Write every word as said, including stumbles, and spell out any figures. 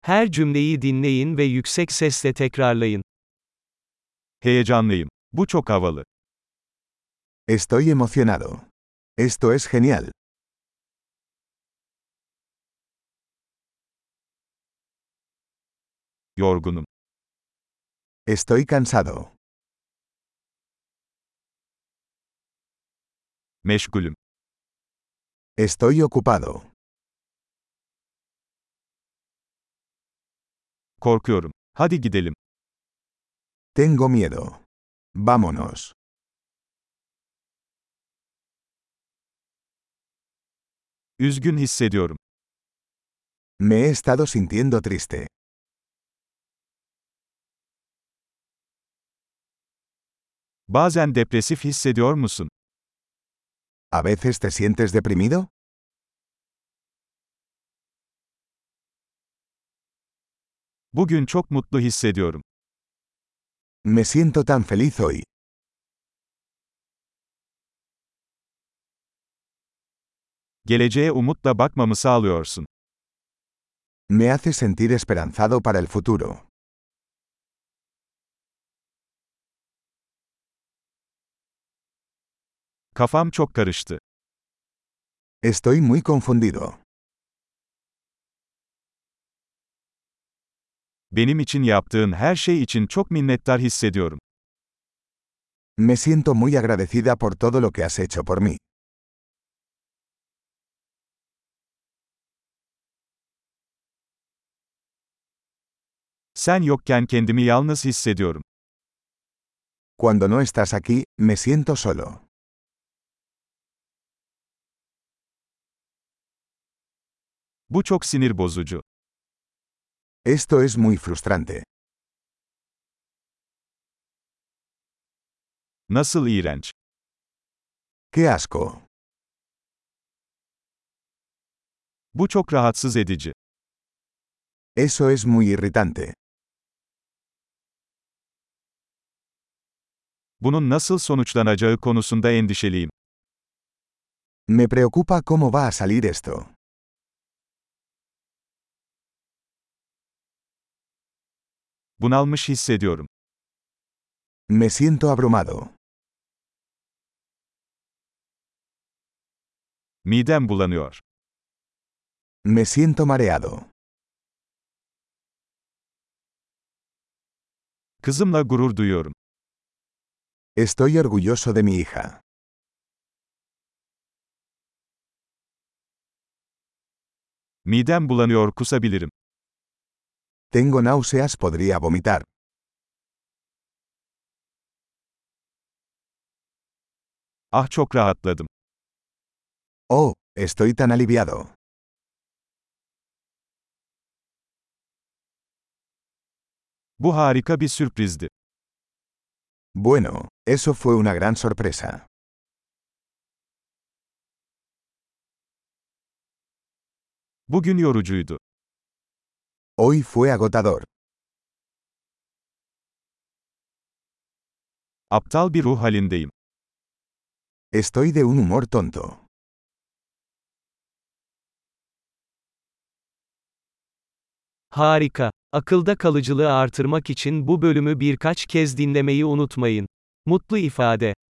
Her cümleyi dinleyin ve yüksek sesle tekrarlayın. Heyecanlıyım. Bu çok havalı. Estoy emocionado. Esto es genial. Yorgunum. Estoy cansado. Meşgulüm. Estoy ocupado. Korkuyorum. Hadi gidelim. Tengo miedo. Vámonos. Üzgün hissediyorum. Me he estado sintiendo triste. Bazen depresif hissediyor musun? ¿A veces te sientes deprimido? Bugün çok mutlu hissediyorum. Me siento tan feliz hoy. Geleceğe umutla bakmamı sağlıyorsun. Me hace sentir esperanzado para el futuro. Kafam çok karıştı. Estoy muy confundido. Benim için yaptığın her şey için çok minnettar hissediyorum. Me siento muy agradecida por todo lo que has hecho por mí. Sen yokken kendimi yalnız hissediyorum. Cuando no estás aquí, me siento solo. Bu çok sinir bozucu. Esto es muy frustrante. Nasıl iğrenç. ¡Qué asco! Bu çok rahatsız edici. Eso es muy irritante. Bunun nasıl sonuçlanacağı konusunda endişeliyim. Me preocupa cómo va a salir esto. Bunalmış hissediyorum. Me siento abrumado. Midem bulanıyor. Me siento mareado. Kızımla gurur duyuyorum. Estoy orgulloso de mi hija. Midem bulanıyor, kusabilirim. Tengo náuseas, podría vomitar. Ah, çok rahatladım. Oh, estoy tan aliviado. Bu harika bir sürprizdi. Bueno, eso fue una gran sorpresa. Bugün yorucuydu. Hoy fue agotador. Aptal bir ruh halindeyim. Estoy de un humor tonto. Harika. Akılda kalıcılığı artırmak için bu bölümü birkaç kez dinlemeyi unutmayın. Mutlu ifade.